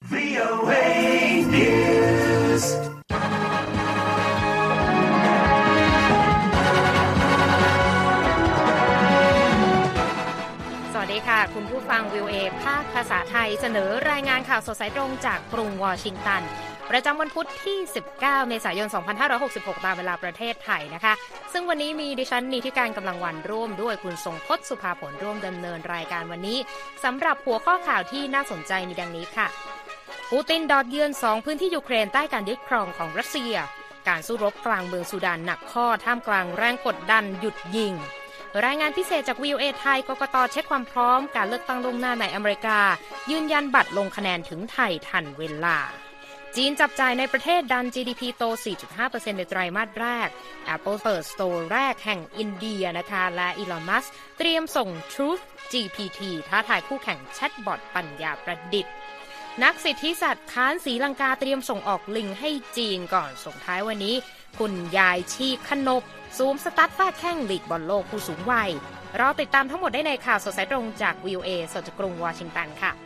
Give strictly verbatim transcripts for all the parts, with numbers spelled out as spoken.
วี โอ เอ News สวัสดีค่ะคุณผู้ฟัง วี โอ เอ ภาคภาษาไทยเสนอรายงานข่าวสดสายตรงจากกรุงวอชิงตันประจำวันพุธที่สิบเก้าเมษายนสองพันห้าร้อยหกสิบหกตามเวลาประเทศไทยนะคะซึ่งวันนี้มีดิฉันนิติการกำลังวันร่วมด้วยคุณทรงพจน์สุภาผลร่วมดำเนินรายการวันนี้สำหรับหัวข้อข่าวที่น่าสนใจมีดังนี้ค่ะปูตินดอดเยือนสองพื้นที่ยูเครนใต้การยึดครองของรัสเซียการสู้รบกลางเมืองซูดานหนักข้อท่ามกลางแรงกดดันหยุดยิงรายงานพิเศษจาก วี โอ เอ ไทยกกต.เช็คความพร้อมการเลือกตั้งล่วงหน้าในอเมริกายืนยันบัตรลงคะแนนถึงไทยทันเวลาจีนจับจ่ายในประเทศดัน จี ดี พี โต สี่จุดห้าเปอร์เซ็นต์ ในไตรมาสแรก Apple เปิดสโตร์แรกแห่งอินเดียนะคะและอีลอน มัสก์เตรียมส่ง Truth จี พี ที ท้าทายคู่แข่งแชทบอทปัญญาประดิษฐ์นักสิทธิสัตว์ค้านศรีลังกาเตรียมส่งออกลิงให้จีนก่อนส่งท้ายวันนี้คุณยายชีพขนบซูมสตั๊ดฟาดแข้งลีกบอลโลกผู้สูงวัยรอติดตามทั้งหมดได้ในข่าวสดสายตรงจาก วี โอ เอ สดจากกรุงวอชิงตันค่ะ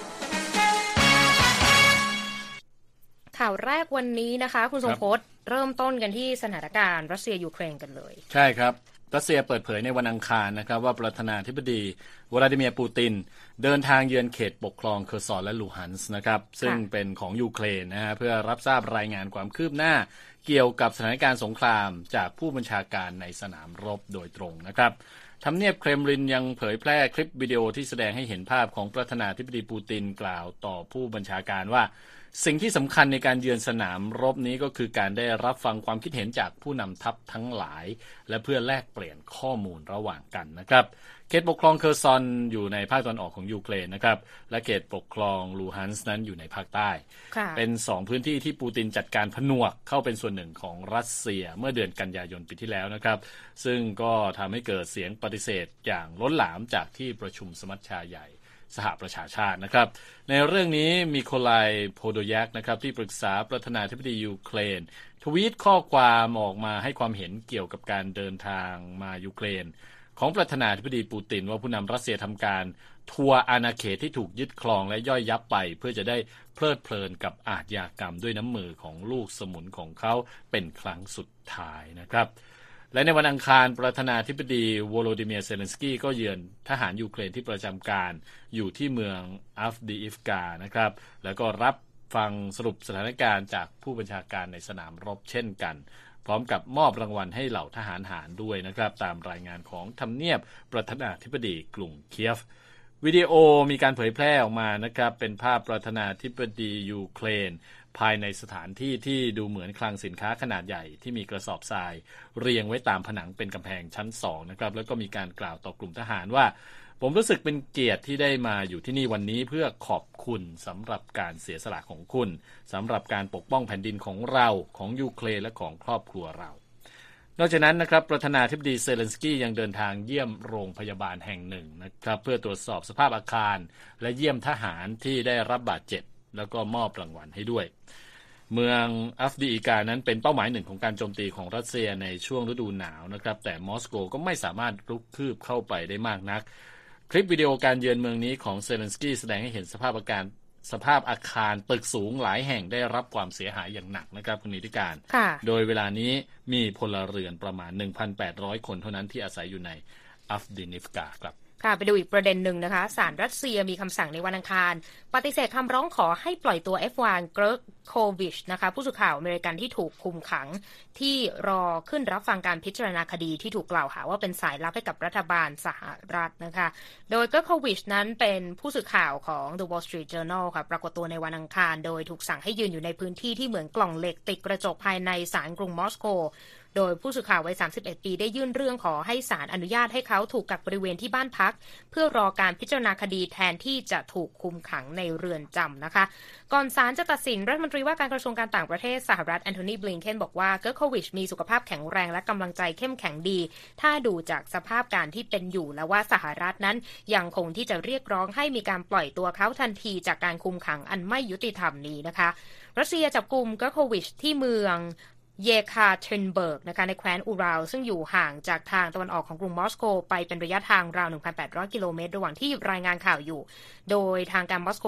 ข่าวแรกวันนี้นะคะคุณทรงพจน์เริ่มต้นกันที่สถานการณ์รัสเซียยูเครนกันเลยใช่ครับรัสเซียเปิดเผยในวันอังคารนะครับว่าประธานาธิบดีวลาดิเมียร์ปูตินเดินทางเยือนเขตปกครองเคอร์ซอนและลูฮันส์นะครับซึ่งเป็นของยูเครนนะฮะเพื่อรับทราบรายงานความคืบหน้าเกี่ยวกับสถานการณ์สงครามจากผู้บัญชาการในสนามรบโดยตรงนะครับทำเนียบเครมลินยังเผยแพร่คลิปวิดีโอที่แสดงให้เห็นภาพของประธานาธิบดีปูตินกล่าวต่อผู้บัญชาการว่าสิ่งที่สำคัญในการเยือนสนามรบนี้ก็คือการได้รับฟังความคิดเห็นจากผู้นำทัพทั้งหลายและเพื่อแลกเปลี่ยนข้อมูลระหว่างกันนะครับเขตปกครองเคอร์ซอนอยู่ในภาคตะวันออกของยูเครนนะครับและเขตปกครองลูฮันส์นั้นอยู่ในภาคใต้เป็นสองพื้นที่ที่ปูตินจัดการผนวกเข้าเป็นส่วนหนึ่งของรัสเซียเมื่อเดือนกันยายนปีที่แล้วนะครับซึ่งก็ทำให้เกิดเสียงปฏิเสธอย่างล้นหลามจากที่ประชุมสมัชชาใหญ่สหประชาชาตินะครับในเรื่องนี้มีโคลายโพโดยักนะครับที่ปรึกษาประธานาธิบดียูเครนทวีตข้อความออกมาให้ความเห็นเกี่ยวกับการเดินทางมายูเครนของประธานาธิบดีปูตินว่าผู้นำรัสเซียทำการทัวร์อาณาเขตที่ถูกยึดครองและย่อยยับไปเพื่อจะได้เพลิดเพลินกับอาชญากรรมด้วยน้ำมือของลูกสมุนของเขาเป็นครั้งสุดท้ายนะครับและในวันอังคารประธานาธิบดีโวโลดิเมียร์เซเลนสกี้ก็เยือนทหารยูเครนที่ประจำการอยู่ที่เมืองอัฟดีอิฟกานะครับแล้วก็รับฟังสรุปสถานการณ์จากผู้บัญชาการในสนามรบเช่นกันพร้อมกับมอบรางวัลให้เหล่าทหารหารด้วยนะครับตามรายงานของทำเนียบประธานาธิบดีกรุงเคียฟวิดีโอมีการเผยแพร่ออกมานะครับเป็นภาพประธานาธิบดียูเครนภายในสถานที่ที่ดูเหมือนคลังสินค้าขนาดใหญ่ที่มีกระสอบทรายเรียงไว้ตามผนังเป็นกำแพงชั้นสองนะครับแล้วก็มีการกล่าวต่อกลุ่มทหารว่าผมรู้สึกเป็นเกียรติที่ได้มาอยู่ที่นี่วันนี้เพื่อขอบคุณสำหรับการเสียสละของคุณสำหรับการปกป้องแผ่นดินของเราของยูเครนและของครอบครัวเรานอกจากนั้นนะครับประธานาธิบดีเซเลนสกี้ยังเดินทางเยี่ยมโรงพยาบาลแห่งหนึ่งนะครับเพื่อตรวจสอบสภาพอาคารและเยี่ยมทหารที่ได้รับบาดเจ็บแล้วก็มอบรางวัลให้ด้วยเมืองอัฟดีอิกานั้นเป็นเป้าหมายหนึ่งของการโจมตีของรัสเซียในช่วงฤดูหนาวนะครับแต่มอสโกก็ไม่สามารถรุกคืบเข้าไปได้มากนักคลิปวิดีโอการเยือนเมืองนี้ของเซเลนสกี้แสดงให้เห็นสภาพอาการสภาพอาคารตึกสูงหลายแห่งได้รับความเสียหายอย่างหนักนะครับคุณนิติการโดยเวลานี้มีพลเรือนประมาณ หนึ่งพันแปดร้อย คนเท่านั้นที่อาศัยอยู่ในอัฟดีนิฟกาครับค่ะไปดูอีกประเด็นหนึ่งนะคะศาลรัสเซียมีคำสั่งในวันอังคารปฏิเสธคำร้องขอให้ปล่อยตัวเอฟ วัน เกรกโควิชนะคะผู้สื่อข่าวอเมริกันที่ถูกคุมขังที่รอขึ้นรับฟังการพิจารณาคดีที่ถูกกล่าวหาว่าเป็นสายลับให้กับรัฐบาลสหรัฐนะคะโดยเกรกโควิชนั้นเป็นผู้สื่อข่าวของ The Wall Street Journal ค่ะปรากฏตัวในวันอังคารโดยถูกสั่งให้ยืนอยู่ในพื้นที่ที่เหมือนกล่องเหล็กติดกระจกภายในศาลกรุงมอสโกโดยผู้สื่อข่าววัยสามสิบเอ็ดปีได้ยื่นเรื่องขอให้ศาลอนุญาตให้เขาถูกกักบริเวณที่บ้านพักเพื่อรอการพิจารณาคดีแทนที่จะถูกคุมขังในเรือนจำนะคะก่อนศาลจะตัดสินรัฐมนตรีว่าการกระทรวงการต่างประเทศสหรัฐแอนโทนีบลิงเคนบอกว่าเกอร์โควิชมีสุขภาพแข็งแรงและกำลังใจเข้มแข็งดีถ้าดูจากสภาพการที่เป็นอยู่และว่าสหรัฐนั้นยังคงที่จะเรียกร้องให้มีการปล่อยตัวเขาทันทีจากการคุมขังอันไม่ยุติธรรมนี้นะคะรัสเซียจับกุมเกอร์โควิชที่เมืองเยคาเทรินเบิร์กนะคะในแคว้นอูรัลซึ่งอยู่ห่างจากทางตะวันออกของกรุงมอสโกไปเป็นระยะทางราว หนึ่งพันแปดร้อย กิโลเมตรระหว่างที่รายงานข่าวอยู่โดยทางการมอสโก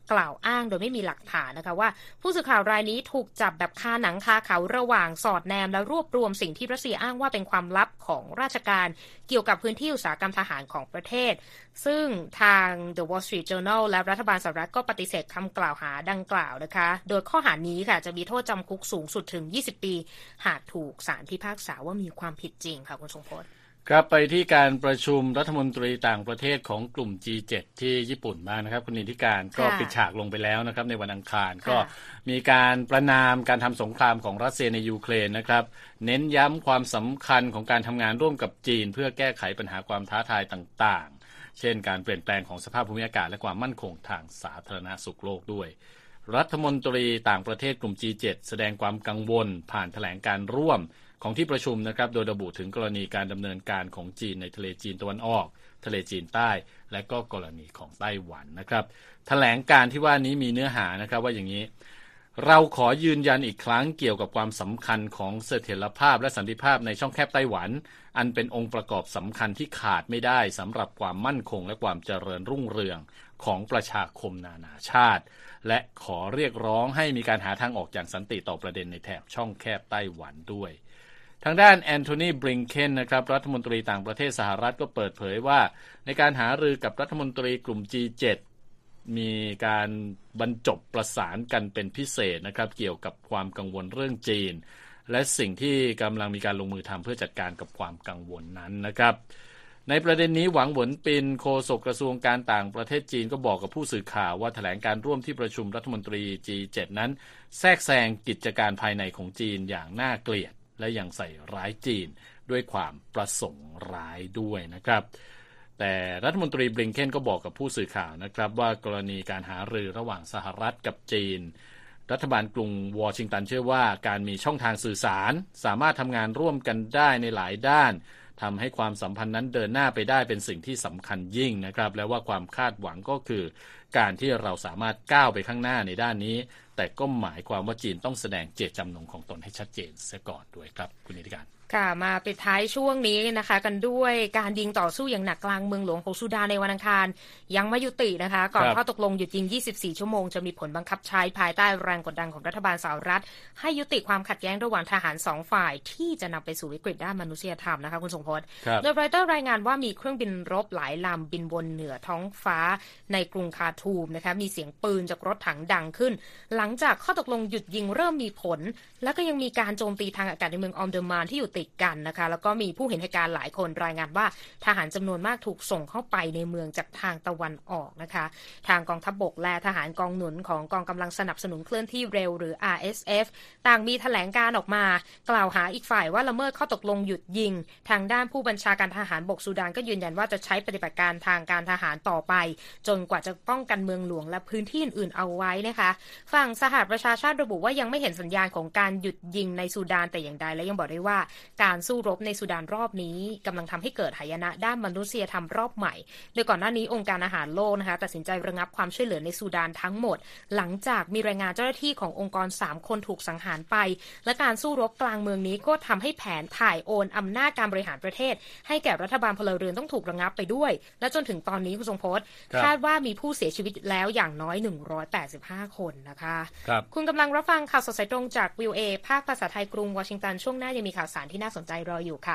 กล่าวอ้างโดยไม่มีหลักฐานนะคะว่าผู้สื่อข่าวรายนี้ถูกจับแบบคาหนังคาเขาระหว่างสอดแนมและรวบรวมสิ่งที่รัสเซียอ้างว่าเป็นความลับของราชการเกี่ยวกับพื้นที่อุตสาหกรรมทหารของประเทศซึ่งทาง The Wall Street Journal และรัฐบาลสหรัฐก็ปฏิเสธคำกล่าวหาดังกล่าวนะคะโดยข้อหานี้ค่ะจะมีโทษจำคุกสูงสุดถึงยี่สิบปีหากถูกศาลพิพากษาว่ามีความผิดจริงค่ะคุณทรงพจน์ครับไปที่การประชุมรัฐมนตรีต่างประเทศของกลุ่ม จี เจ็ด ที่ญี่ปุ่นมานะครับคุณนิติการก็ปิดฉากลงไปแล้วนะครับในวันอังคารก็มีการประณามการทำสงครามของรัสเซียในยูเครนนะครับเน้นย้ำความสำคัญของการทำงานร่วมกับจีนเพื่อแก้ไขปัญหาความท้าทายต่างๆเช่นการเปลี่ยนแปลงของสภาพภูมิอากาศและความมั่นคงทางสาธารณสุขโลกด้วยรัฐมนตรีต่างประเทศกลุ่ม จี เจ็ด แสดงความกังวลผ่านแถลงการร่วมของที่ประชุมนะครับโดยระบุถึงกรณีการดำเนินการของจีนในทะเลจีนตะวันออกทะเลจีนใต้และก็กรณีของไต้หวันนะครับแถลงการที่ว่านี้มีเนื้อหานะครับว่าอย่างนี้เราขอยืนยันอีกครั้งเกี่ยวกับความสำคัญของเสถียรภาพและสันติภาพในช่องแคบไต้หวันอันเป็นองค์ประกอบสำคัญที่ขาดไม่ได้สำหรับความมั่นคงและความเจริญรุ่งเรืองของประชาคมนานาชาติและขอเรียกร้องให้มีการหาทางออกอย่างสันติต่อประเด็นในแถบช่องแคบไต้หวันด้วยทางด้านแอนโทนีบริงเคนนะครับรัฐมนตรีต่างประเทศสหรัฐก็เปิดเผยว่าในการหารือกับรัฐมนตรีกลุ่ม จี เจ็ด มีการบรรจบประสานกันเป็นพิเศษนะครับเกี่ยวกับความกังวลเรื่องจีนและสิ่งที่กำลังมีการลงมือทำเพื่อจัดการกับความกังวลนั้นนะครับในประเด็นนี้หวังหวนปินโฆษกกระทรวงการต่างประเทศจีนก็บอกกับผู้สื่อข่าวว่าแถลงการร่วมที่ประชุมรัฐมนตรี จี เจ็ด นั้นแทรกแซงกิจการภายในของจีนอย่างน่าเกลียดและยังใส่ร้ายจีนด้วยความประสงค์ร้ายด้วยนะครับแต่รัฐมนตรีบลิงเคนก็บอกกับผู้สื่อข่าวนะครับว่ากรณีการหารือระหว่างสหรัฐกับจีนรัฐบาลกรุงวอชิงตันเชื่อว่าการมีช่องทางสื่อสารสามารถทำงานร่วมกันได้ในหลายด้านทำให้ความสัมพันธ์นั้นเดินหน้าไปได้เป็นสิ่งที่สำคัญยิ่งนะครับและว่าความคาดหวังก็คือการที่เราสามารถก้าวไปข้างหน้าในด้านนี้แต่ก็หมายความว่าจีนต้องแสดงเจตจำนงของตนให้ชัดเจนเสียก่อนด้วยครับคุณนิติการค่ะมาปิดท้ายช่วงนี้นะคะกันด้วยการยิงต่อสู้อย่างหนักกลางเมืองหลวงของซูดานในวันอังคารยังไม่ยุตินะคะก่อนข้อตกลงหยุดยิงยี่สิบสี่ชั่วโมงจะมีผลบังคับใช้ภายใต้แรงกดดันของรัฐบาลสหรัฐให้ยุติความขัดแย้งระหว่างทหารสองฝ่ายที่จะนำไปสู่วิกฤตด้านมนุษยธรรมนะคะคุณทรงพจน์โดยรอยเตอร์รายงานว่ามีเครื่องบินรบหลายลำบินวนเหนือท้องฟ้าในกรุงคาร์ทูมนะคะมีเสียงปืนจากรถถังดังขึ้นหลังจากข้อตกลงหยุดยิงเริ่มมีผลและก็ยังมีการโจมตีทางอากาศในเมืองออมเดอร์มานที่อยู่ติดกันนะคะแล้วก็มีผู้เห็นเหตุการณ์หลายคนรายงานว่าทหารจำนวนมากถูกส่งเข้าไปในเมืองจากทางตะวันออกนะคะทางกองทัพบกและทหารกองหนุนของกองกำลังสนับสนุนเคลื่อนที่เร็วหรือ อาร์ เอส เอฟ ต่างมีแถลงการออกมากล่าวหาอีกฝ่ายว่าละเมิดข้อตกลงหยุดยิงทางด้านผู้บัญชาการทหารบกซูดานก็ยืนยันว่าจะใช้ปฏิบัติการทางการทหารต่อไปจนกว่าจะป้องกันเมืองหลวงและพื้นที่อื่นๆเอาไว้นะคะฝั่งสหประชาชาติระบุว่ายังไม่เห็นสัญญาณของการหยุดยิงในซูดานแต่อย่างใดและยังบอกได้ว่าการสู้รบในซูดานรอบนี้กำลังทำให้เกิดหายนะด้านมนุษยธรรมรอบใหม่โดยก่อนหน้านี้องค์การอาหารโลกนะคะตัดสินใจระงับความช่วยเหลือในซูดานทั้งหมดหลังจากมีรายงานเจ้าหน้าที่ขององค์กรสามคนถูกสังหารไปและการสู้รบกลางเมืองนี้ก็ทำให้แผนถ่ายโอนอำนาจการบริหารประเทศให้แก่รัฐบาลพลเรือนต้องถูกระงับไปด้วยและจนถึงตอนนี้คุณทรงพจน์คาดว่ามีผู้เสียชีวิตแล้วอย่างน้อยหนึ่งร้อยแปดสิบห้าคนนะคะคุณกำลังรับฟังข่าวสดสายตรงจาก วี โอ เอ ภาคภาษาไทยกรุงวอชิงตันช่วงหน้ายังมีข่าวสารที่น่าสนใจรออยู่ค่ะ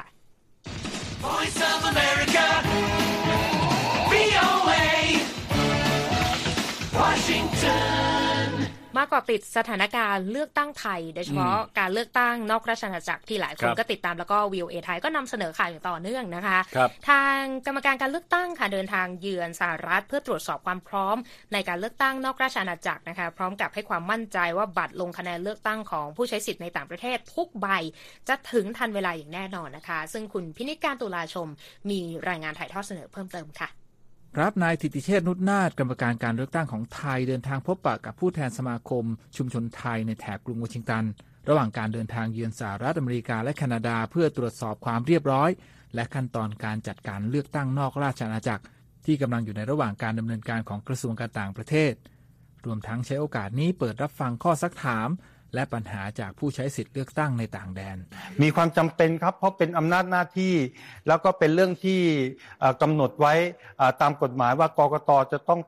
Voice of America วี โอ เอ Washington มาเกาะติดสถานการณ์เลือกตั้งไทยโดยเฉพาะการเลือกตั้งนอกราชอาณาจักรที่หลายคนก็ติดตามแล้วก็ วี โอ เอ ไทยก็นำเสนอข่าวอย่างต่อเนื่องนะคะทางกรรมการการเลือกตั้งค่ะเดินทางเยือนสหรัฐเพื่อตรวจสอบความพร้อมในการเลือกตั้งนอกราชอาณาจักรนะคะพร้อมกับให้ความมั่นใจว่าบัตรลงคะแนนเลือกตั้งของผู้ใช้สิทธิ์ในต่างประเทศทุกใบจะถึงทันเวลาอย่างแน่นอนนะคะซึ่งคุณพินิจการตุลาชมมีรายงานถ่ายทอดเสนอเพิ่มเติมค่ะรับนายธิติเชษฐ์นุชนาถกรรมการการเลือกตั้งของไทยเดินทางพบปะกับผู้แทนสมาคมชุมชนไทยในแถบกรุงวอชิงตันระหว่างการเดินทางเยือนสหรัฐอเมริกาและแคนาดาเพื่อตรวจสอบความเรียบร้อยและขั้นตอนการจัดการเลือกตั้งนอกราชอาณาจักรที่กำลังอยู่ในระหว่างการดำเนินการของกระทรวงการต่างประเทศรวมทั้งใช้โอกาสนี้เปิดรับฟังข้อซักถามและปัญหาจากผู้ใช้สิทธิเลือกตั้งในต่างแดนมีความจำเป็นครับเพราะเป็นอำนาจหน้าที่แล้วก็เป็นเรื่องที่กำหนดไว้ตามกฎหมายว่ากกต.จะต้องไป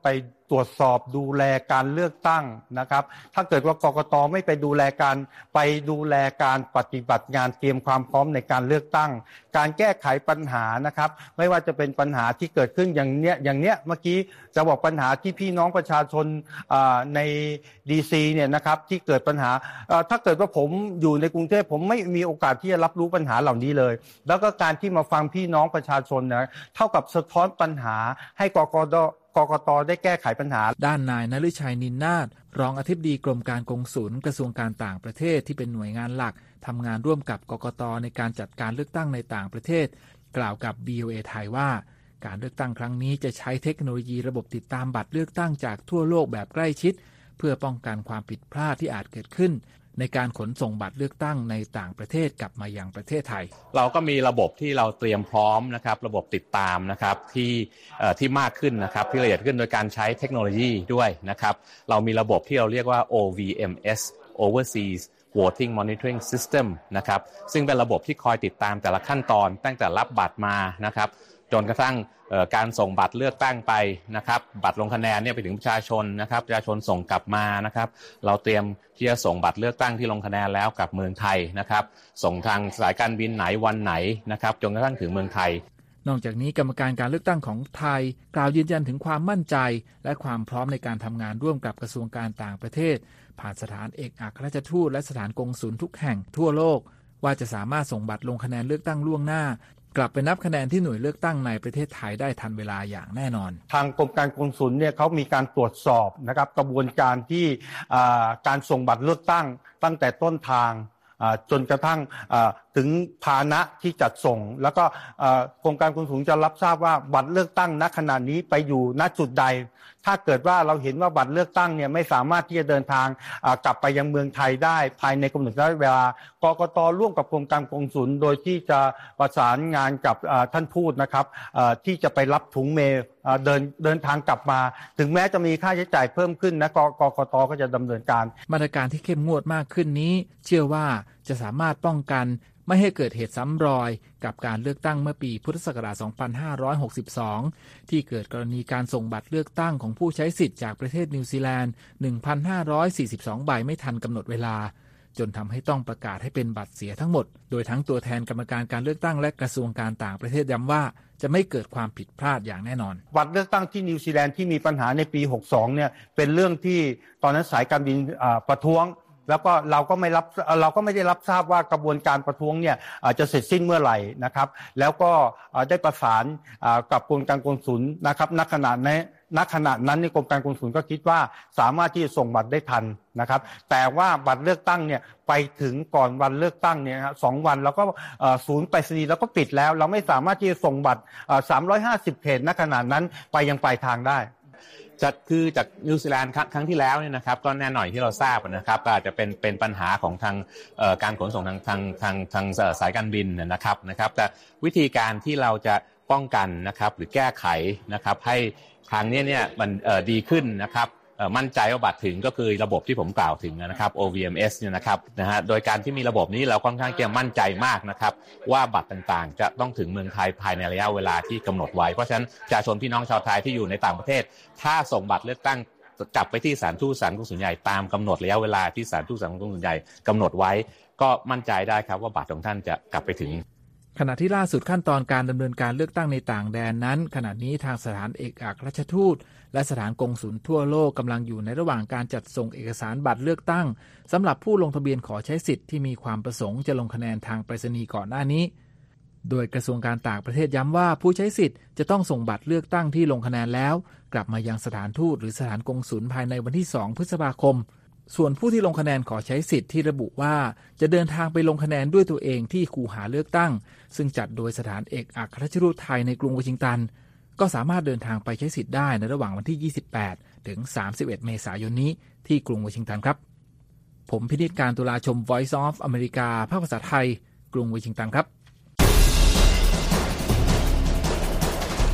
ตรวจสอบดูแลการเลือกตั้งนะครับถ้าเกิดว่ากกต.ไม่ไปดูแลการไปดูแลการปฏิบัติงานเตรียมความพร้อมในการเลือกตั้งการแก้ไขปัญหานะครับไม่ว่าจะเป็นปัญหาที่เกิดขึ้นอย่างเนี้ยอย่างเนี้ยเมื่อกี้จะบอกปัญหาที่พี่น้องประชาชนใน ดี ซี เนี่ยนะครับที่เกิดปัญหาถ้าเกิดว่าผมอยู่ในกรุงเทพผมไม่มีโอกาสที่จะรับรู้ปัญหาเหล่านี้เลยแล้วก็การที่มาฟังพี่น้องประชาชนนะเท่ากับสะท้อนปัญหาให้กกต.กกต.ได้แก้ไขปัญหาด้านนายนฤชัยนินนาถรองอธิบดีกรมการกงสุลกระทรวงการต่างประเทศที่เป็นหน่วยงานหลักทำงานร่วมกับกกต.ในการจัดการเลือกตั้งในต่างประเทศกล่าวกับ บี โอ เอ ไทยว่าการเลือกตั้งครั้งนี้จะใช้เทคโนโลยีระบบติดตามบัตรเลือกตั้งจากทั่วโลกแบบใกล้ชิดเพื่อป้องกันความผิดพลาดที่อาจเกิดขึ้นในการขนส่งบัตรเลือกตั้งในต่างประเทศกลับมายังประเทศไทยเราก็มีระบบที่เราเตรียมพร้อมนะครับระบบติดตามนะครับที่ที่มากขึ้นนะครับที่ละเอียดขึ้นโดยการใช้เทคโนโลยีด้วยนะครับเรามีระบบที่เราเรียกว่า โอ วี เอ็ม เอส Overseas Voting Monitoring System นะครับซึ่งเป็นระบบที่คอยติดตามแต่ละขั้นตอนตั้งแต่รับบัตรมานะครับจนกระทั่งการส่งบัตรเลือกตั้งไปนะครับบัตรลงคะแนนเนี่ยไปถึงประชาชนนะครับประชาชนส่งกลับมานะครับเราเตรียมที่จะส่งบัตรเลือกตั้งที่ลงคะแนนแล้วกลับเมืองไทยนะครับส่งทางสายการบินไหนวันไหนนะครับจนกระทั่งถึงเมืองไทยนอกจากนี้กรรมการการเลือกตั้งของไทยกล่าวยืนยันถึงความมั่นใจและความพร้อมในการทำงานร่วมกับกระทรวงการต่างประเทศผ่านสถานเอกอัครราชทูตและสถานกงสุลทุกแห่งทั่วโลกว่าจะสามารถส่งบัตรลงคะแนนเลือกตั้งล่วงหน้ากลับไปนับคะแนนที่หน่วยเลือกตั้งในประเทศไทยได้ทันเวลาอย่างแน่นอนทางกรมการกงสุลเนี่ยเขามีการตรวจสอบนะครับกระบวนการที่การส่งบัตรเลือกตั้งตั้งแต่ต้นทางจนกระทั่งถึงพาหนะที่จัดส่งแล้วก็กรมการกงสุลจะรับทราบว่าบัตรเลือกตั้งณขณะนี้ไปอยู่ณจุดใดถ้าเกิดว่าเราเห็นว่าบัตรเลือกตั้งเนี่ยไม่สามารถที่จะเดินทางกลับไปยังเมืองไทยได้ภายในกำหนดระยะเวลากกต.ร่วมกับกรมการกงสุลโดยที่จะประสานงานกับท่านทูตนะครับที่จะไปรับถุงเมล์เดินเดินทางกลับมาถึงแม้จะมีค่าใช้จ่ายเพิ่มขึ้นนะกกต.ก็จะดำเนินการมาตรการที่เข้มงวดมากขึ้นนี้เชื่อว่าจะสามารถป้องกันไม่ให้เกิดเหตุซ้ำรอยกับการเลือกตั้งเมื่อปีพุทธศักราช สองพันห้าร้อยหกสิบสอง ที่เกิดกรณีการส่งบัตรเลือกตั้งของผู้ใช้สิทธิ์จากประเทศนิวซีแลนด์ หนึ่งพันห้าร้อยสี่สิบสอง ใบไม่ทันกำหนดเวลาจนทำให้ต้องประกาศให้เป็นบัตรเสียทั้งหมดโดยทั้งตัวแทนกรรมการการเลือกตั้งและกระทรวงการต่างประเทศย้ำว่าจะไม่เกิดความผิดพลาดอย่างแน่นอนบัตรเลือกตั้งที่นิวซีแลนด์ที่มีปัญหาในปีหกสิบสองเนี่ยเป็นเรื่องที่ตอนนั้นสายการบินประท้วงแล้วก็เราก็ไม่รับเราก็ไม่ได้รับทราบว่ากระบวนการประท้วงเนี่ยจะเสร็จสิ้นเมื่อไหร่นะครับแล้วก็ได้ประสานกับกรมการกงสุลนะครับณขณะนี้ณขณะนั้นในกรมการกงสุลก็คิดว่าสามารถที่จะส่งบัตรได้ทันนะครับแต่ว่าบัตรเลือกตั้งเนี่ยไปถึงก่อนวันเลือกตั้งเนี่ยสองวันแล้วก็ศูนย์ไปรษณีย์แล้วก็ปิดแล้วเราไม่สามารถที่จะส่งบัตรสามร้อยห้าสิบเขตณขณะนั้นไปยังปลายทางได้จากคือจากนิวซีแลนด์ครั้งที่แล้วเนี่ยนะครับก็แน่นอนที่เราทราบนะครับก็อาจจะเป็นเป็นปัญหาของทางการขนส่งทางทางทางทางสายการบินนะครับนะครับแต่วิธีการที่เราจะป้องกันนะครับหรือแก้ไขนะครับให้ครั้งนี้เนี่ยมันดีขึ้นนะครับมั่นใจว่าบัตรถึงก็คือระบบที่ผมกล่าวถึงนะครับ โอ วี เอ็ม เอส เนี่ยนะครับนะฮะโดยการที่มีระบบนี้เราค่อนข้างจะมั่นใจมากนะครับว่าบัตรต่างๆจะต้องถึงเมืองไทยภายในระยะเวลาที่กำหนดไว้เพราะฉะนั้นประชาชนพี่น้องชาวไทยที่อยู่ในต่างประเทศถ้าส่งบัตรเลือกตั้งกลับไปที่ศาลทูตศาลกงสุลใหญ่ตามกำหนดระยะเวลาที่ศาลทูตศาลกงสุลใหญ่กำหนดไว้ก็มั่นใจได้ครับว่าบัตรของท่านจะกลับไปถึงขณะที่ล่าสุดขั้นตอนการดำเนินการเลือกตั้งในต่างแดนนั้นขณะนี้ทางสถานเอกอัครราชทูตและสถานกงสุลทั่วโลกกำลังอยู่ในระหว่างการจัดส่งเอกสารบัตรเลือกตั้งสำหรับผู้ลงทะเบียนขอใช้สิทธิ์ที่มีความประสงค์จะลงคะแนนทางไปรษณีย์ก่อนหน้านี้โดยกระทรวงการต่างประเทศย้ำว่าผู้ใช้สิทธิ์จะต้องส่งบัตรเลือกตั้งที่ลงคะแนนแล้วกลับมายังสถานทูตหรือสถานกงสุลภายในวันที่สองพฤษภาคมส่วนผู้ที่ลงคะแนนขอใช้สิทธิ์ที่ระบุว่าจะเดินทางไปลงคะแนนด้วยตัวเองที่คูหาเลือกตั้งซึ่งจัดโดยสถานเอกอัครราชทูตไทยในกรุงวอชิงตันก็สามารถเดินทางไปใช้สิทธิ์ได้ในระหว่างวันที่ยี่สิบแปดถึงสามสิบเอ็ดเมษายนนี้ที่กรุงวอชิงตันครับผมพินิจการตุลาชม Voice of America ภาคภาษาไทยกรุงวอชิงตันครับ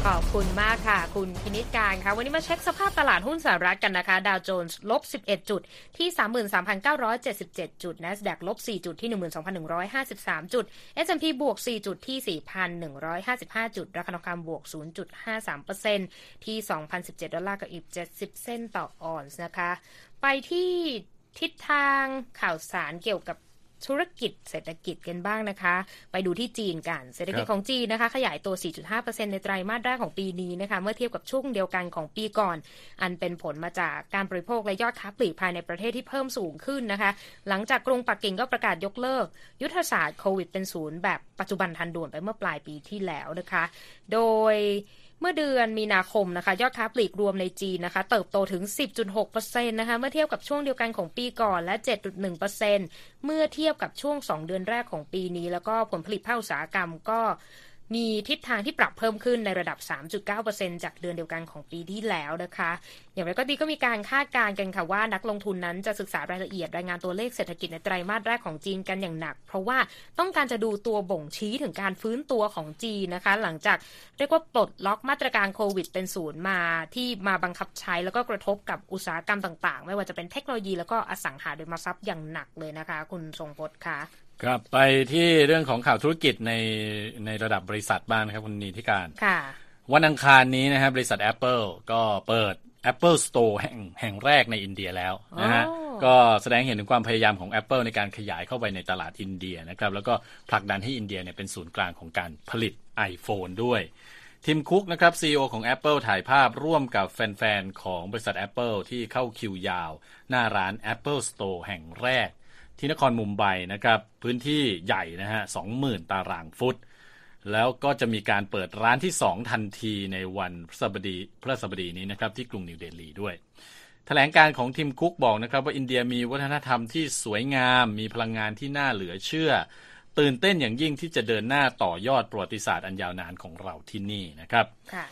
ขอบคุณมากค่ะคุณพินิจการค่ะวันนี้มาเช็คสภาพตลาดหุ้นสหรัฐกันนะคะดาวโจนส์ลบสิบเอ็ดจุดที่ สามหมื่นสามพันเก้าร้อยเจ็ดสิบเจ็ด จุด NASDAQ ลบสี่จุดที่ หนึ่งหมื่นสองพันหนึ่งร้อยห้าสิบสาม จุด เอส แอนด์ พี บวกสี่จุดที่ สี่พันหนึ่งร้อยห้าสิบห้า จุดราคาทองคำบวก ศูนย์จุดห้าสามเปอร์เซ็นต์ ที่ สองพันสิบเจ็ดดอลลาร์กับอีกเจ็ดสิบเซนต์ต่อออนซ์นะคะไปที่ทิศทางข่าวสารเกี่ยวกับธุรกิจเศรษฐกิจกันบ้างนะคะไปดูที่จีนกันเศรษฐกิจของจีนนะคะขยายตัว สี่จุดห้าเปอร์เซ็นต์ ในไตรมาสแรกของปีนี้นะคะเมื่อเทียบกับช่วงเดียวกันของปีก่อนอันเป็นผลมาจากการบริโภคและยอดค้าปลีกภายในประเทศที่เพิ่มสูงขึ้นนะคะหลังจากกรุงปักกิ่งก็ประกาศยกเลิกยุทธศาสตร์โควิดเป็นศูนย์แบบปัจจุบันทันด่วนไปเมื่อปลายปีที่แล้วนะคะโดยเมื่อเดือนมีนาคมนะคะยอดค้าปลีกรวมในจีนนะคะเติบโตถึง สิบจุดหกเปอร์เซ็นต์ นะคะเมื่อเทียบกับช่วงเดียวกันของปีก่อนและ เจ็ดจุดหนึ่งเปอร์เซ็นต์ เมื่อเทียบกับช่วงสองเดือนแรกของปีนี้แล้วก็ผลผลิตภาคอุตสาหกรรมก็มีทิศทางที่ปรับเพิ่มขึ้นในระดับ สามจุดเก้าเปอร์เซ็นต์ จากเดือนเดียวกันของปีที่แล้วนะคะอย่างไรก็ดีก็มีการคาดการณ์กันค่ะว่านักลงทุนนั้นจะศึกษารายละเอียดรายงานตัวเลขเศรษฐกิจในไตรมาสแรกของจีนกันอย่างหนักเพราะว่าต้องการจะดูตัวบ่งชี้ถึงการฟื้นตัวของจีนนะคะหลังจากเรียกว่าปลดล็อกมาตรการโควิดเป็นศูนย์มาที่มาบังคับใช้แล้วก็กระทบกับอุตสาหกรรมต่างๆไม่ว่าจะเป็นเทคโนโลยีแล้วก็อสังหาริมทรัพย์อย่างหนักเลยนะคะคุณทรงพจน์คะครับไปที่เรื่องของข่าวธุรกิจในในระดับบริษัทบ้างนะครับคุณนีธิการค่ะวันอังคารนี้นะครับบริษัท Apple ก็เปิด Apple Store แห่งแห่งแรกในอินเดียแล้วนะฮะก็แสดงเห็นถึงความพยายามของ Apple ในการขยายเข้าไปในตลาดอินเดียนะครับแล้วก็ผลักดันให้อินเดียเนี่ยเป็นศูนย์กลางของการผลิต iPhone ด้วยทิมคุกนะครับ ซี อี โอ ของ Apple ถ่ายภาพร่วมกับแฟนๆของบริษัท Apple ที่เข้าคิวยาวหน้าร้าน Apple Store แห่งแรกที่นครมุมไบนะครับพื้นที่ใหญ่นะฮะ สองหมื่น ตารางฟุตแล้วก็จะมีการเปิดร้านที่สองทันทีในวันพฤหัสบดีพฤหัสบดีนี้นะครับที่กรุงนิวเดลีด้วยแถลงการของทิมคุกบอกนะครับว่าอินเดียมีวัฒนธรรมที่สวยงามมีพลังงานที่น่าเหลือเชื่อตื่นเต้นอย่างยิ่งที่จะเดินหน้าต่อยอดประวัติศาสตร์อันยาวนานของเราที่นี่นะครับค่ะ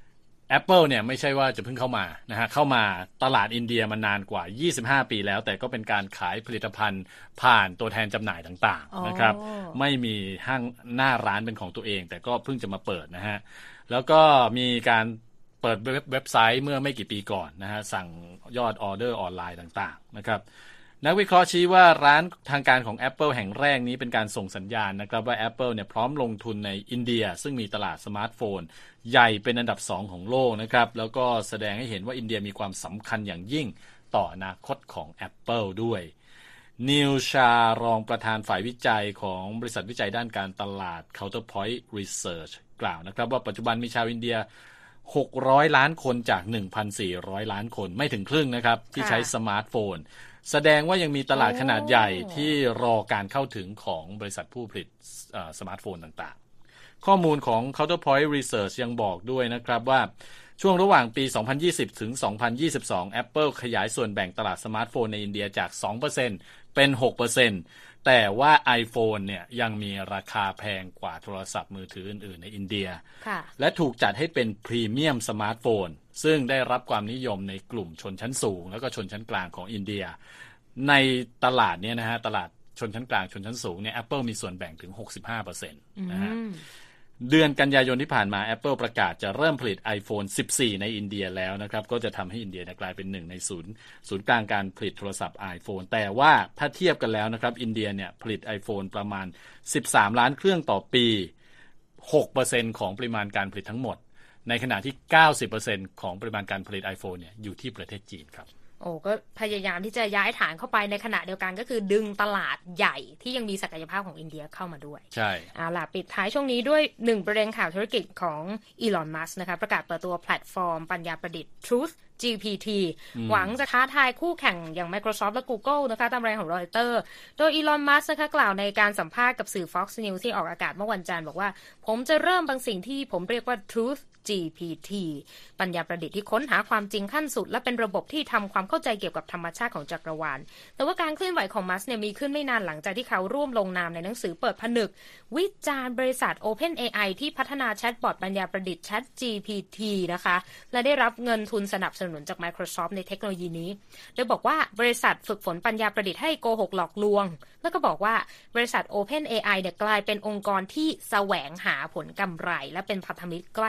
Apple เนี่ยไม่ใช่ว่าจะเพิ่งเข้ามานะฮะเข้ามาตลาดอินเดียมานานกว่ายี่สิบห้าปีแล้วแต่ก็เป็นการขายผลิตภัณฑ์ผ่านตัวแทนจำหน่ายต่างๆนะครับไม่มีห้างหน้าร้านเป็นของตัวเองแต่ก็เพิ่งจะมาเปิดนะฮะแล้วก็มีการเปิดเว็บไซต์เมื่อไม่กี่ปีก่อนนะฮะสั่งยอดออเดอร์ออนไลน์ต่างๆนะครับนักวิเคราะห์ชี้ว่าร้านทางการของ Apple แห่งแรกนี้เป็นการส่งสัญญาณนะครับว่า Apple เนี่ยพร้อมลงทุนในอินเดียซึ่งมีตลาดสมาร์ทโฟนใหญ่เป็นอันดับสองของโลกนะครับแล้วก็แสดงให้เห็นว่าอินเดียมีความสำคัญอย่างยิ่งต่ออนาคตของ Apple ด้วยนิวชารองประธานฝ่ายวิจัยของบริษัทวิจัยด้านการตลาด Counterpoint Research กล่าวนะครับว่าปัจจุบันมีชาวอินเดียหกร้อยล้านคนจาก หนึ่งพันสี่ร้อย ล้านคนไม่ถึงครึ่งนะครับที่ใช้สมาร์ทโฟนแสดงว่ายังมีตลาดขนาดใหญ่ที่รอการเข้าถึงของบริษัทผู้ผลิตสมาร์ทโฟนต่างๆข้อมูลของ Counterpoint Research ยังบอกด้วยนะครับว่าช่วงระหว่างปีสองพันยี่สิบถึงสองพันยี่สิบสอง Apple ขยายส่วนแบ่งตลาดสมาร์ทโฟนในอินเดียจาก สองเปอร์เซ็นต์ เป็น หกเปอร์เซ็นต์ แต่ว่า iPhone เนี่ยยังมีราคาแพงกว่าโทรศัพท์มือถืออื่นๆในอินเดียและถูกจัดให้เป็นพรีเมียมสมาร์ทโฟนซึ่งได้รับความนิยมในกลุ่มชนชั้นสูงแล้วก็ชนชั้นกลางของอินเดียในตลาดเนี่ยนะฮะตลาดชนชั้นกลางชนชั้นสูงเนี่ย Apple มีส่วนแบ่งถึง หกสิบห้าเปอร์เซ็นต์ นะฮะเดือนกันยายนที่ผ่านมา Apple ประกาศจะเริ่มผลิต iPhone สิบสี่ ในอินเดียแล้วนะครับก็จะทำให้อินเดียกลายเป็นหนึ่งในศูนย์ศูนย์กลางการผลิตโทรศัพท์ iPhone แต่ว่าถ้าเทียบกันแล้วนะครับอินเดียเนี่ยผลิต iPhone ประมาณสิบสามล้านเครื่องต่อปี หกเปอร์เซ็นต์ ของปริมาณการผลิตทั้งหมดในขณะที่ เก้าสิบเปอร์เซ็นต์ ของปริมาณการผลิต iPhone เนี่ยอยู่ที่ประเทศจีนครับโอ้ก็พยายามที่จะย้ายฐานเข้าไปในขณะเดียวกันก็คือดึงตลาดใหญ่ที่ยังมีศักยภาพของอินเดียเข้ามาด้วยใช่เอาล่ะปิดท้ายช่วงนี้ด้วยหนึ่งประเด็นข่าวธุรกิจของอีลอนมัสก์นะคะประกาศเปิดตัวแพลตฟอร์มปัญญาประดิษฐ์ Truth จี พี ที หวังจะท้าทายคู่แข่งอย่าง Microsoft และ Google นะคะตามรายงานของ Reuters โดยอีลอนมัสก์นะคะกล่าวในการสัมภาษณ์กับสื่อ Fox News ที่ออกอากาศเมื่อวันจันทร์บอกว่าผมจะเริ่มบางสิ่งที่ผมเรียกว่า Truth จี พี ที ปัญญาประดิษฐ์ที่ค้นหาความจริงขั้นสุดและเป็นระบบที่ทำความเข้าใจเกี่ยวกับธรรมชาติของจักรวาลแต่ว่าการเคลื่อนไหวของมัสก์เนี่ยมีขึ้นไม่นานหลังจากที่เขาร่วมลงนามในหนังสือเปิดผนึกวิจารณ์บริษัท OpenAI ที่พัฒนาแชทบอทปัญญาประดิษฐ์ Chat จี พี ที นะคะและได้รับเงินทุนสนับสนุนจาก Microsoft ในเทคโนโลยีนี้โดยบอกว่าบริษัทฝึกฝนปัญญาประดิษฐ์ให้โกหกหลอกลวงแล้วก็บอกว่าบริษัท OpenAI เนี่ยกลายเป็นองค์กรที่แสวงหาผลกำไรและเป็นพันธมิตรใกล้ชิดกับ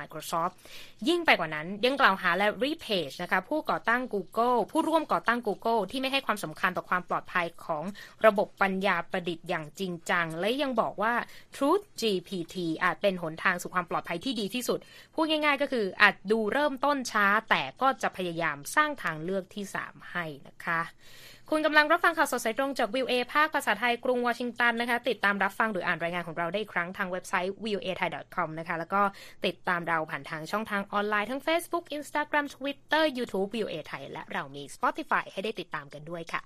Microsoft ยิ่งไปกว่านั้นยังกล่าวหา Larry Page นะคะผู้ก่อตั้ง Google ผู้ร่วมก่อตั้ง Google ที่ไม่ให้ความสำคัญต่อความปลอดภัยของระบบปัญญาประดิษฐ์อย่างจริงจังและยังบอกว่า Truth จี พี ที อาจเป็นหนทางสู่ความปลอดภัยที่ดีที่สุดพูดง่ายๆก็คืออาจดูเริ่มต้นช้าแต่ก็จะพยายามสร้างทางเลือกที่สามให้นะคะคุณกำลังรับฟังข่าวสดสายตรงจาก วี โอ เอ ภาคภาษาไทยกรุงวอชิงตันนะคะติดตามรับฟังหรืออ่านรายงานของเราได้อีกครั้งทางเว็บไซต์ วี โอ เอ ไทย ดอท คอม นะคะแล้วก็ติดตามเราผ่านทางช่องทางออนไลน์ทั้ง Facebook Instagram Twitter YouTube วี โอ เอ ไทยและเรามี Spotify ให้ได้ติดตามกันด้วยค่ะ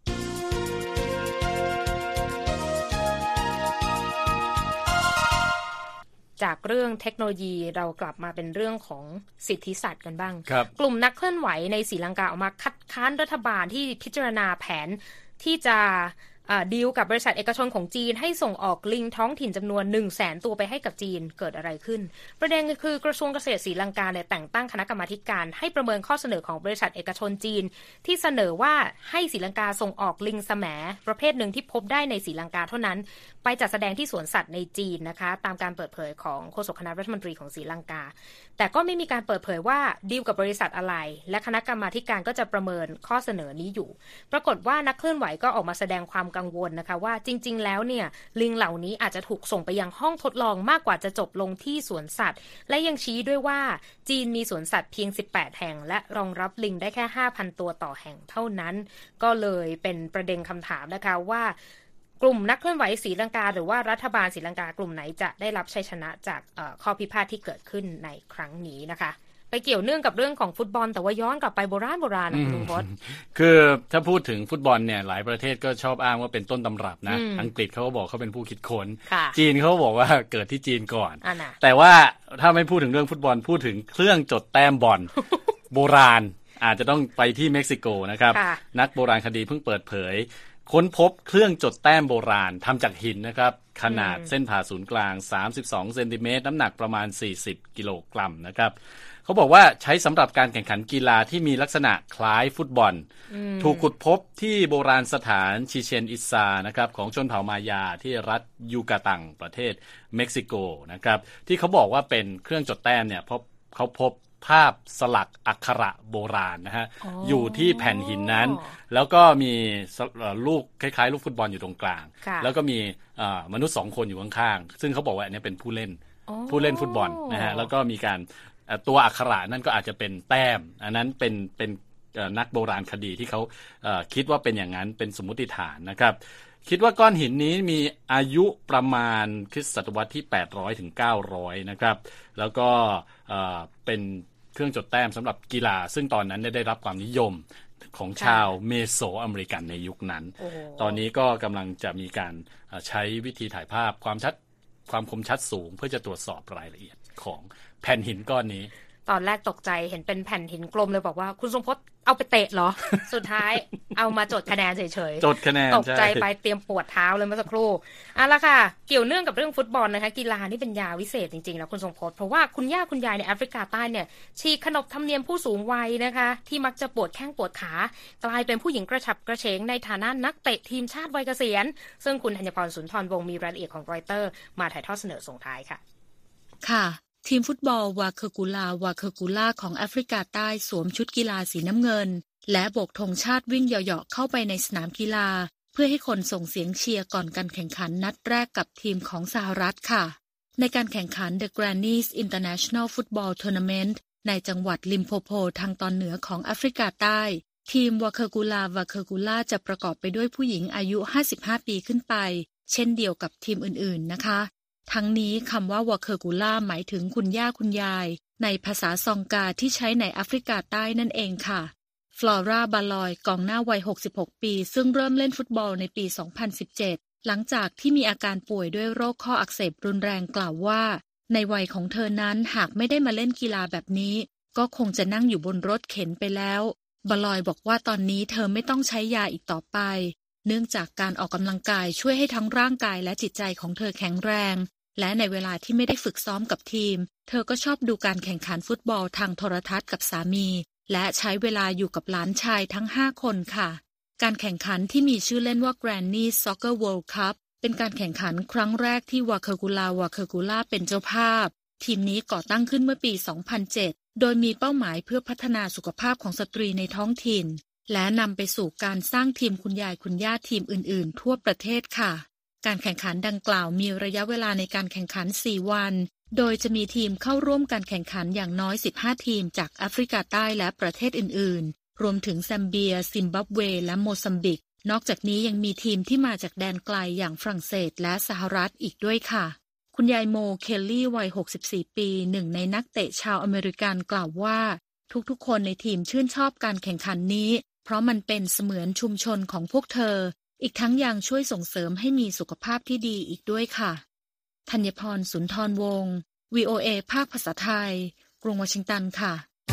จากเรื่องเทคโนโลยีเรากลับมาเป็นเรื่องของสิทธิสัตว์กันบ้างกลุ่มนักเคลื่อนไหวในศรีลังกาออกมาคัดค้านรัฐบาลที่พิจารณาแผนที่จะดีลกับบริษัทเอกชนของจีนให้ส่งออกลิงท้องถิ่นจำนวน หนึ่งแสน ตัวไปให้กับจีนเกิดอะไรขึ้นประเด็นคือกระทรวงเกษตรศรีลังกาเนี่ยแต่งตั้งคณะกรรมาการให้ประเมินข้อเสนอของบริษัทเอกชนจีนที่เสนอว่าให้ศรีลังกาส่งออกลิงแสมประเภทหนึ่งที่พบได้ในศรีลังกาเท่านั้นไปจัดแสดงที่สวนสัตว์ในจีนนะคะตามการเปิดเผยของโฆษกคณะรัฐมนตรีของศรีลังกาแต่ก็ไม่มีการเปิดเผยว่าดีลกับบริษัทอะไรและคณะกรรมาการก็จะประเมินข้อเสนอนี้อยู่ปรากฏว่านักเคลื่อนไหวก็ออกมาแสดงความกังวลนะคะว่าจริงๆแล้วเนี่ยลิงเหล่านี้อาจจะถูกส่งไปยังห้องทดลองมากกว่าจะจบลงที่สวนสัตว์และยังชี้ด้วยว่าจีนมีสวนสัตว์เพียงสิบแปดแห่งและรองรับลิงได้แค่ ห้าพัน ตัวต่อแห่งเท่านั้นก็เลยเป็นประเด็นคำถามนะคะว่ากลุ่มนักเคลื่อนไหวศรีลังกาหรือว่ารัฐบาลศรีลังกากลุ่มไหนจะได้รับชัยชนะจากข้อพิพาทที่เกิดขึ้นในครั้งนี้นะคะไปเกี่ยวเนื่องกับเรื่องของฟุตบอลแต่ว่าย้อนกลับไปโบราณโบราณนะคุณลุงพจน์คือถ้าพูดถึงฟุตบอลเนี่ยหลายประเทศก็ชอบอ้างว่าเป็นต้นตำรับนะอังกฤษเขาก็บอกเขาเป็นผู้คิดค้นจีนเขาบอกว่าเกิดที่จีนก่อนแต่ว่าถ้าไม่พูดถึงเรื่องฟุตบอลพูดถึงเครื่องจดแต้มบอล โบราณอาจจะต้องไปที่เม็กซิโกนะครับนักโบราณคดีเพิ่งเปิดเผยค้นพบเครื่องจดแต้มโบราณทำจากหินนะครับขนาดเส้นผ่าศูนย์กลางสามสิบสองเซนติเมตรน้ำหนักประมาณสี่สิบกิโลกรัมนะครับเขาบอกว่าใช้สำหรับการแข่งขันกีฬาที่มีลักษณะคล้ายฟุตบอลถูกขุดพบที่โบราณสถานชิเชนอิซานะครับของชนเผ่ามายาที่รัฐยูกาตังประเทศเม็กซิโกนะครับที่เขาบอกว่าเป็นเครื่องจดแต้มเนี่ยเพราะเขาพบภาพสลักอักขระโบราณนะฮะ อ, อยู่ที่แผ่นหินนั้นแล้วก็มีลูกคล้ายๆลูกฟุตบอลอยู่ตรงกลางแล้วก็มีมนุษย์สองคนอยู่ข้างๆซึ่งเขาบอกว่าอันนี้เป็นผู้เล่นผู้เล่นฟุตบอลนะฮะแล้วก็มีการตัวอักขระนั่นก็อาจจะเป็นแต้มอันนั้นเป็นเป็นนักโบราณคดีที่เขาคิดว่าเป็นอย่างนั้นเป็นสมมุติฐานนะครับคิดว่าก้อนหินนี้มีอายุประมาณคริสตศตวรรษที่แปดร้อยถึงเก้าร้อยนะครับแล้วก็เป็นเครื่องจดแต้มสำหรับกีฬาซึ่งตอนนั้นได้รับความนิยมของชาวเมโสอเมริกันในยุคนั้นตอนนี้ก็กำลังจะมีการใช้วิธีถ่ายภาพความชัดความคมชัดสูงเพื่อจะตรวจสอบรายละเอียดของแผ่นหินก้อนนี้ตอนแรกตกใจเห็นเป็นแผ่นหินกลมเลยบอกว่าคุณทรงพจน์เอาไปเตะเหรอ สุดท้ายเอามาจดคะแนนเฉยๆจดคะแนนตกใจไปเตรียมปวดเท้าเลยเมื่อสักครู่เอาล่ะค่ะเกี่ยวเนื่องกับเรื่องฟุตบอลนะคะกีฬานี่เป็นยาวิเศษจริงๆแล้วคุณทรงพจน์เพราะว่าคุณย่าคุณยายในแอฟริกาใต้เนี่ยฉีกขนบธรรมเนียมผู้สูงวัยนะคะที่มักจะปวดแข้งปวดขากลายเป็นผู้หญิงกระฉับกระเฉงในฐานะนักเตะทีมชาติวัยเกษียณซึ่งคุณธัญพรสุนทรวงศ์มีรายละเอียดของรอยเตอร์มาถ่ายทอดเสนอส่งท้ายค่ะค่ะทีมฟุตบอลวาเคอร์กูลาวาเคอร์กูล่าของแอฟริกาใต้สวมชุดกีฬาสีน้ำเงินและโบกธงชาติวิ่งเหาะๆเข้าไปในสนามกีฬาเพื่อให้คนส่งเสียงเชียร์ก่อนการแข่งขันนัดแรกกับทีมของสหรัฐค่ะในการแข่งขัน The Grannies International Football Tournament ในจังหวัดลิมโพโพทางตอนเหนือของแอฟริกาใต้ทีมวาเคอร์กูลาวาเคอร์กูล่าจะประกอบไปด้วยผู้หญิงอายุห้าสิบห้าปีขึ้นไปเช่นเดียวกับทีมอื่นๆนะคะทั้งนี้คำว่าวาเคอร์กูล่าหมายถึงคุณย่าคุณยายในภาษาซองกาที่ใช้ในแอฟริกาใต้นั่นเองค่ะฟลอราบาลอยกองหน้าวัยหกสิบหกปีซึ่งเริ่มเล่นฟุตบอลในปีสองพันสิบเจ็ดหลังจากที่มีอาการป่วยด้วยโรคข้ออักเสบรุนแรงกล่าวว่าในวัยของเธอนั้นหากไม่ได้มาเล่นกีฬาแบบนี้ก็คงจะนั่งอยู่บนรถเข็นไปแล้วบาลอยบอกว่าตอนนี้เธอไม่ต้องใช้ยาอีกต่อไปเนื่องจากการออกกำลังกายช่วยให้ทั้งร่างกายและจิตใจของเธอแข็งแรงและในเวลาที่ไม่ได้ฝึกซ้อมกับทีมเธอก็ชอบดูการแข่งขันฟุตบอลทางโทรทัศน์กับสามีและใช้เวลาอยู่กับหลานชายทั้งห้าคนค่ะการแข่งขันที่มีชื่อเล่นว่า Grannies Soccer World Cup เป็นการแข่งขันครั้งแรกที่วาเคอร์กูลาวาเคอร์กูล่าเป็นเจ้าภาพทีมนี้ก่อตั้งขึ้นเมื่อปี สองพันเจ็ด โดยมีเป้าหมายเพื่อพัฒนาสุขภาพของสตรีในท้องถิ่นและนำไปสู่การสร้างทีมคุณยายคุณย่าทีมอื่นๆทั่วประเทศค่ะการแข่งขันดังกล่าวมีระยะเวลาในการแข่งขันสี่วันโดยจะมีทีมเข้าร่วมการแข่งขันอย่างน้อยสิบห้าทีมจากแอฟริกาใต้และประเทศอื่นๆรวมถึงแซมเบียซิมบับเวและโมซัมบิกนอกจากนี้ยังมีทีมที่มาจากแดนไกลอย่างฝรั่งเศสและสหรัฐอีกด้วยค่ะคุณยายโมเคลลี่วัยหกสิบสี่ปีหนึ่งในนักเตะชาวอเมริกันกล่าวว่าทุกๆคนในทีมชื่นชอบการแข่งขันนี้เพราะมันเป็นเสมือนชุมชนของพวกเธออีกทั้งยังช่วยส่งเสริมให้มีสุขภาพที่ดีอีกด้วยค่ะธัญพรสุนทรวงศ์ วี โอ เอ ภาคภาษาไทยกรุงวอชิงตันค่ะ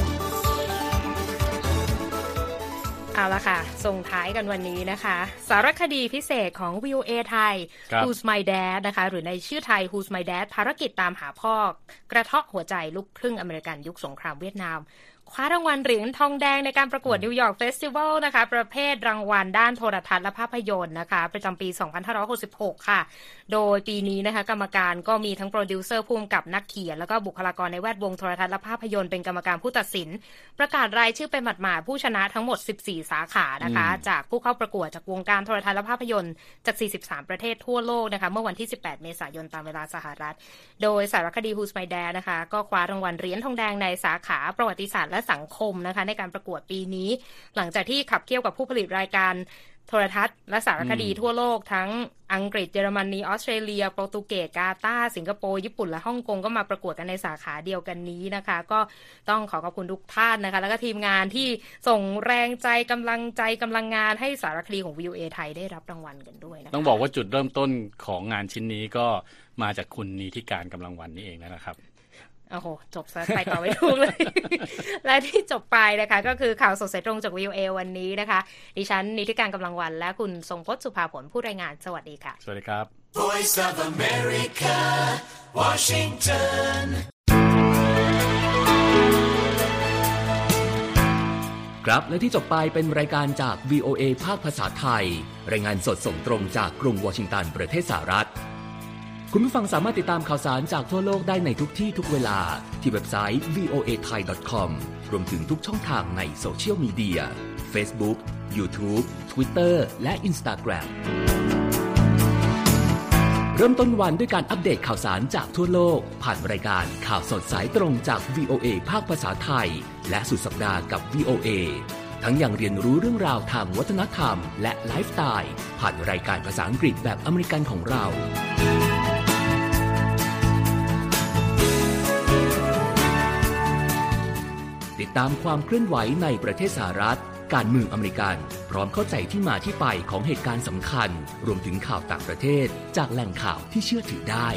เอาละค่ะส่งท้ายกันวันนี้นะคะสารคดีพิเศษของ วี โอ เอ ไทย Who's My Dad นะคะหรือในชื่อไทย Who's My Dad ภารกิจตามหาพ่อกระเทาะหัวใจลูกครึ่งอเมริกันยุคสงครามเวียดนามคว้ารางวัลเหรียญทองแดงในการประกวดนิวยอร์กเฟสติวัลนะคะประเภทรางวัลด้านโทรทัศน์และภาพยนตร์นะคะประจำปี สองพันห้าร้อยหกสิบหก ค่ะโดยปีนี้นะคะกรรมการก็มีทั้งโปรดิวเซอร์ผู้กำกับนักเขียนแล้วก็บุคลากรในแวดวงโทรทัศน์และภาพยนตร์เป็นกรรมการผู้ตัดสินประกาศรายชื่อเป็นหมาดๆผู้ชนะทั้งหมดสิบสี่สาขานะคะจากผู้เข้าประกวดจากวงการโทรทัศน์และภาพยนตร์จากสี่สิบสามประเทศทั่วโลกนะคะเมื่อวันที่สิบแปดเมษายนตามเวลาสหรัฐโดยสารคดี Who's My Dad นะคะก็คว้ารางวัลเหรียญทองแดงในสาขาประวัติศาสตร์และสังคมนะคะในการประกวดปีนี้หลังจากที่ขับเคี่ยวกับผู้ผลิตรายการโทรทัศน์และสารคดีทั่วโลกทั้งอังกฤษเยอรมนีออสเตรเลียโปรตุเกสกาตาร์สิงคโปร์ญี่ปุ่นและฮ่องกงก็มาประกวดกันในสาขาเดียวกันนี้นะคะก็ต้องขอขอบคุณทุกท่านนะคะแล้วก็ทีมงานที่ส่งแรงใจกำลังใจกำลังงานให้สารคดีของ วี โอ เอ ไทยได้รับรางวัลกันด้วยนะคะต้องบอกว่าจุดเริ่มต้นของงานชิ้นนี้ก็มาจากคุณนิธิการกำลังวันนี่เองนะครับโอ้โหจบซะไปต่อไม่ถูกเลย และที่จบไปนะคะก็คือข่าวสดสายตรงจาก วี โอ เอ วันนี้นะคะดิฉันนิติการกำลังวันและคุณทรงพจน์สุภาผลผู้รายงานสวัสดีค่ะสวัสดีครับ Voice of America Washington ครับและที่จบไปเป็นรายการจาก วี โอ เอ ภาคภาษาไทยรายงานสดส่งตรงจากกรุงวอชิงตันประเทศสหรัฐคุณผู้ฟังสามารถติดตามข่าวสารจากทั่วโลกได้ในทุกที่ทุกเวลาที่เว็บไซต์ วี โอ เอ ไทย ดอท คอม รวมถึงทุกช่องทางในโซเชียลมีเดีย Facebook, YouTube, Twitter และ Instagram เริ่มต้นวันด้วยการอัปเดตข่าวสารจากทั่วโลกผ่านรายการข่าวสดสายตรงจาก วี โอ เอ ภาคภาษาไทยและสุดสัปดาห์กับ วี โอ เอ ทั้งยังเรียนรู้เรื่องราวทางวัฒนธรรมและไลฟ์สไตล์ผ่านรายการภาษาอังกฤษแบบอเมริกันของเราติดตามความเคลื่อนไหวในประเทศสหรัฐการเมืองอเมริกันพร้อมเข้าใจที่มาที่ไปของเหตุการณ์สำคัญรวมถึงข่าวต่างประเทศจากแหล่งข่าวที่เชื่อถือได้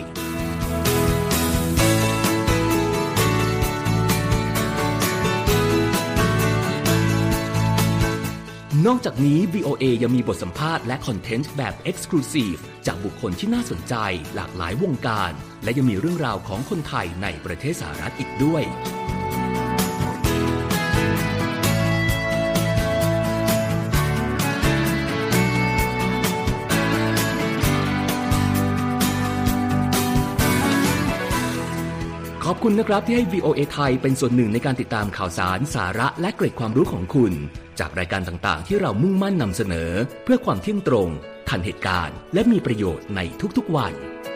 นอกจากนี้ วี โอ เอ ยังมีบทสัมภาษณ์และคอนเทนต์แบบ Exclusive จากบุคคลที่น่าสนใจหลากหลายวงการและยังมีเรื่องราวของคนไทยในประเทศสหรัฐอีกด้วยขอบคุณนะครับที่ให้ วี โอ เอ ไทยเป็นส่วนหนึ่งในการติดตามข่าวสารสาระและเกร็ดความรู้ของคุณจากรายการต่างๆที่เรามุ่งมั่นนำเสนอเพื่อความเที่ยงตรงทันเหตุการณ์และมีประโยชน์ในทุกๆวัน